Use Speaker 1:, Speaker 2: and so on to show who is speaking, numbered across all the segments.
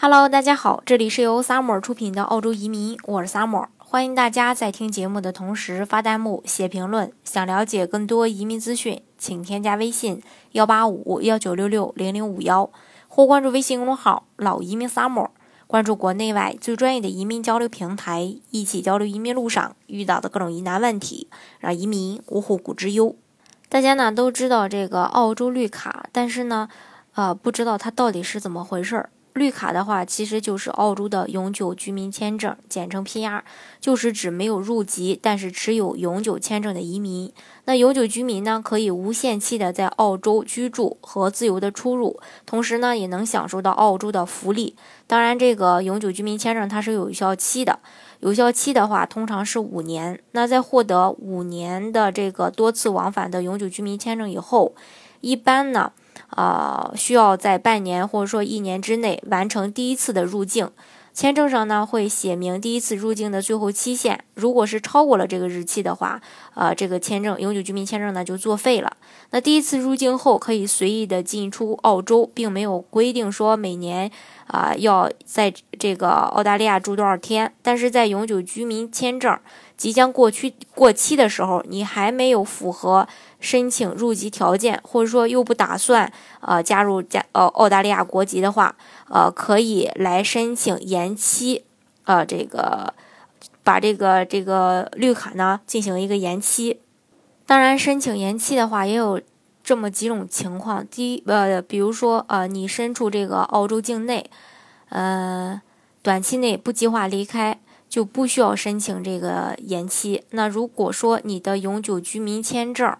Speaker 1: Hello， 大家好，这里是由 Summer 出品的澳洲移民，我是 Summer， 欢迎大家在听节目的同时发弹幕、写评论。想了解更多移民资讯，请添加微信18519660051，或关注微信公众号老移民 Summer， 关注国内外最专业的移民交流平台，一起交流移民路上遇到的各种疑难问题，让移民无后顾之忧。大家呢都知道这个澳洲绿卡，但是呢，不知道它到底是怎么回事儿。绿卡的话，其实就是澳洲的永久居民签证，简称 PR， 就是指没有入籍，但是持有永久签证的移民。那永久居民呢，可以无限期的在澳洲居住和自由的出入，同时呢，也能享受到澳洲的福利。当然，这个永久居民签证它是有效期的，有效期的话通常是5年。那在获得5年的这个多次往返的永久居民签证以后，一般呢，需要在半年或者说1年之内完成第一次的入境。签证上呢会写明第一次入境的最后期限，如果是超过了这个日期的话，这个永久居民签证呢就作废了。那第一次入境后可以随意的进出澳洲，并没有规定说每年要在这个澳大利亚住多少天。但是在永久居民签证即将过期的时候，你还没有符合申请入籍条件，或者说又不打算加入澳大利亚国籍的话，可以来申请延期，把这个绿卡呢进行一个延期。当然，申请延期的话也有这么几种情况。比如说你身处这个澳洲境内，短期内不计划离开，就不需要申请这个延期。那如果说你的永久居民签证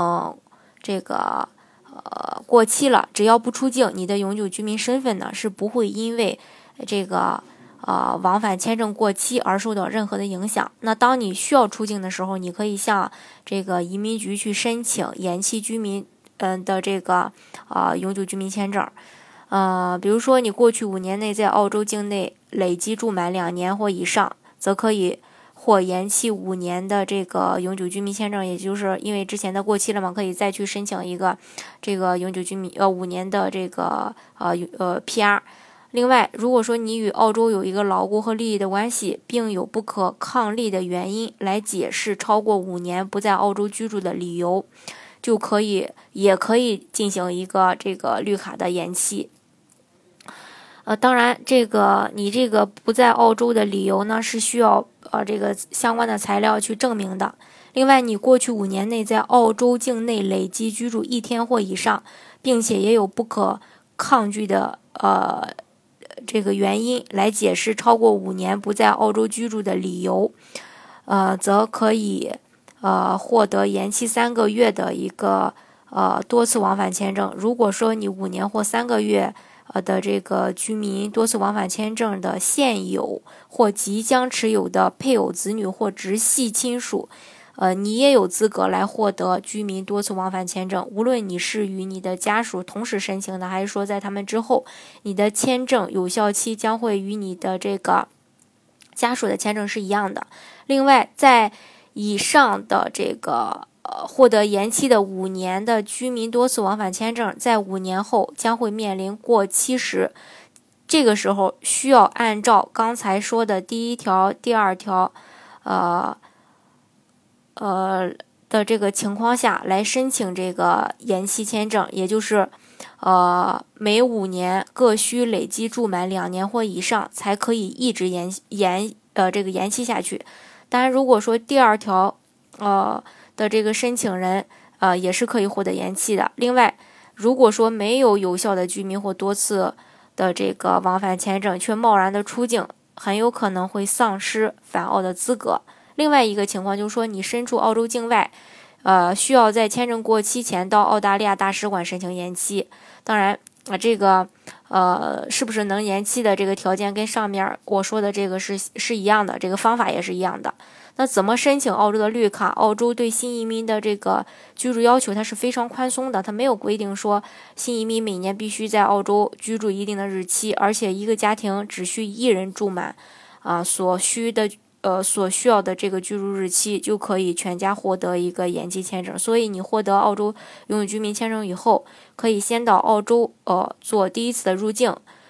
Speaker 1: 过期了，只要不出境，你的永久居民身份呢是不会因为这个往返签证过期而受到任何的影响。那当你需要出境的时候，你可以向这个移民局去申请延期居民的这个永久居民签证。比如说你过去5年内在澳洲境内累计住满2年或以上，则可以或延期5年的这个永久居民签证，也就是因为之前的过期了嘛，可以再去申请一个这个永久居民5年的这个PR。另外，如果说你与澳洲有一个牢固和利益的关系，并有不可抗力的原因来解释超过5年不在澳洲居住的理由，也可以进行一个这个绿卡的延期。当然，你这个不在澳洲的理由呢，是需要这个相关的材料去证明的。另外，你过去5年内在澳洲境内累计居住1天或以上，并且也有不可抗拒的这个原因来解释超过5年不在澳洲居住的理由，则可以获得延期3个月的一个多次往返签证。如果说你5年或3个月的这个居民多次往返签证的现有或即将持有的配偶、子女或直系亲属，你也有资格来获得居民多次往返签证。无论你是与你的家属同时申请的，还是说在他们之后，你的签证有效期将会与你的这个家属的签证是一样的。另外，在以上的这个获得延期的5年的居民多次往返签证，在5年后将会面临过期时，这个时候需要按照刚才说的第1条、第2条，的这个情况下来申请这个延期签证，也就是每5年各需累计住满2年或以上，才可以一直延期下去。当然，如果说第2条的这个申请人也是可以获得延期的。另外，如果说没有有效的居民或多次的这个往返签证，却贸然的出境，很有可能会丧失返澳的资格。另外一个情况就是说，你身处澳洲境外，需要在签证过期前到澳大利亚大使馆申请延期。当然，这个是不是能延期的这个条件跟上面我说的这个是一样的，这个方法也是一样的。那怎么申请澳洲的绿卡？澳洲对新移民的这个居住要求它是非常宽松的，它没有规定说新移民每年必须在澳洲居住一定的日期，而且一个家庭只需1人住满所需要的这个居住日期，就可以全家获得一个延期签证。所以你获得澳洲永久居民签证以后，可以先到澳洲做第一次的入境，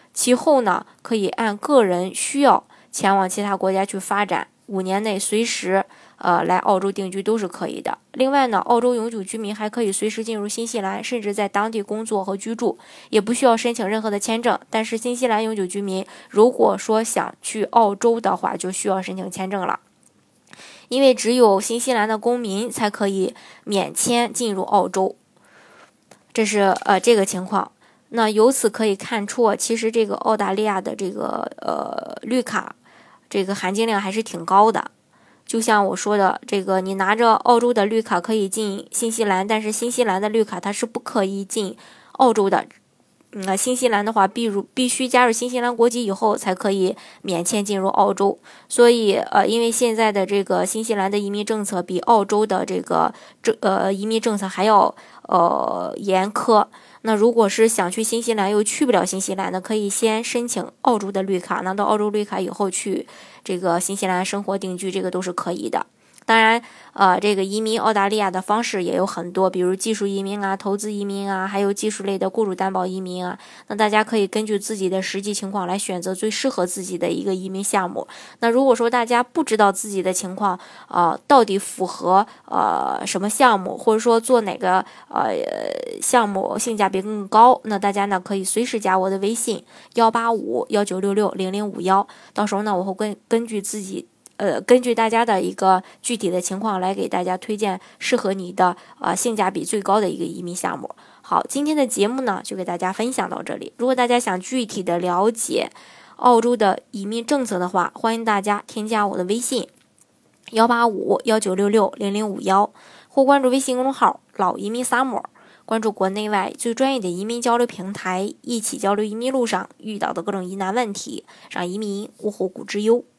Speaker 1: 其后呢，可以按个人需要前往其他国家去发展，5年内随时来澳洲定居都是可以的。另外呢，澳洲永久居民还可以随时进入新西兰，甚至在当地工作和居住，也不需要申请任何的签证。但是新西兰永久居民如果说想去澳洲的话，就需要申请签证了。因为只有新西兰的公民才可以免签进入澳洲，这是这个情况。那由此可以看出，其实这个澳大利亚的这个绿卡这个含金量还是挺高的。就像我说的，这个你拿着澳洲的绿卡可以进新西兰，但是新西兰的绿卡它是不可以进澳洲的。新西兰的话，必须加入新西兰国籍以后才可以免签进入澳洲。所以因为现在的这个新西兰的移民政策比澳洲的这个移民政策还要严苛。那如果是想去新西兰又去不了新西兰的，可以先申请澳洲的绿卡，拿到澳洲绿卡以后去这个新西兰生活定居，这个都是可以的。当然，这个移民澳大利亚的方式也有很多，比如技术移民啊、投资移民啊，还有技术类的雇主担保移民啊。那大家可以根据自己的实际情况来选择最适合自己的一个移民项目。那如果说大家不知道自己的情况，到底符合什么项目，或者说做哪个项目性价比更高，那大家呢可以随时加我的微信18519660051，到时候呢我会根据大家的一个具体的情况来给大家推荐适合你的性价比最高的一个移民项目。好，今天的节目呢就给大家分享到这里。如果大家想具体的了解澳洲的移民政策的话，欢迎大家添加我的微信18519660051，或关注微信公众号老移民萨摩，关注国内外最专业的移民交流平台，一起交流移民路上遇到的各种疑难问题，让移民无后顾之忧。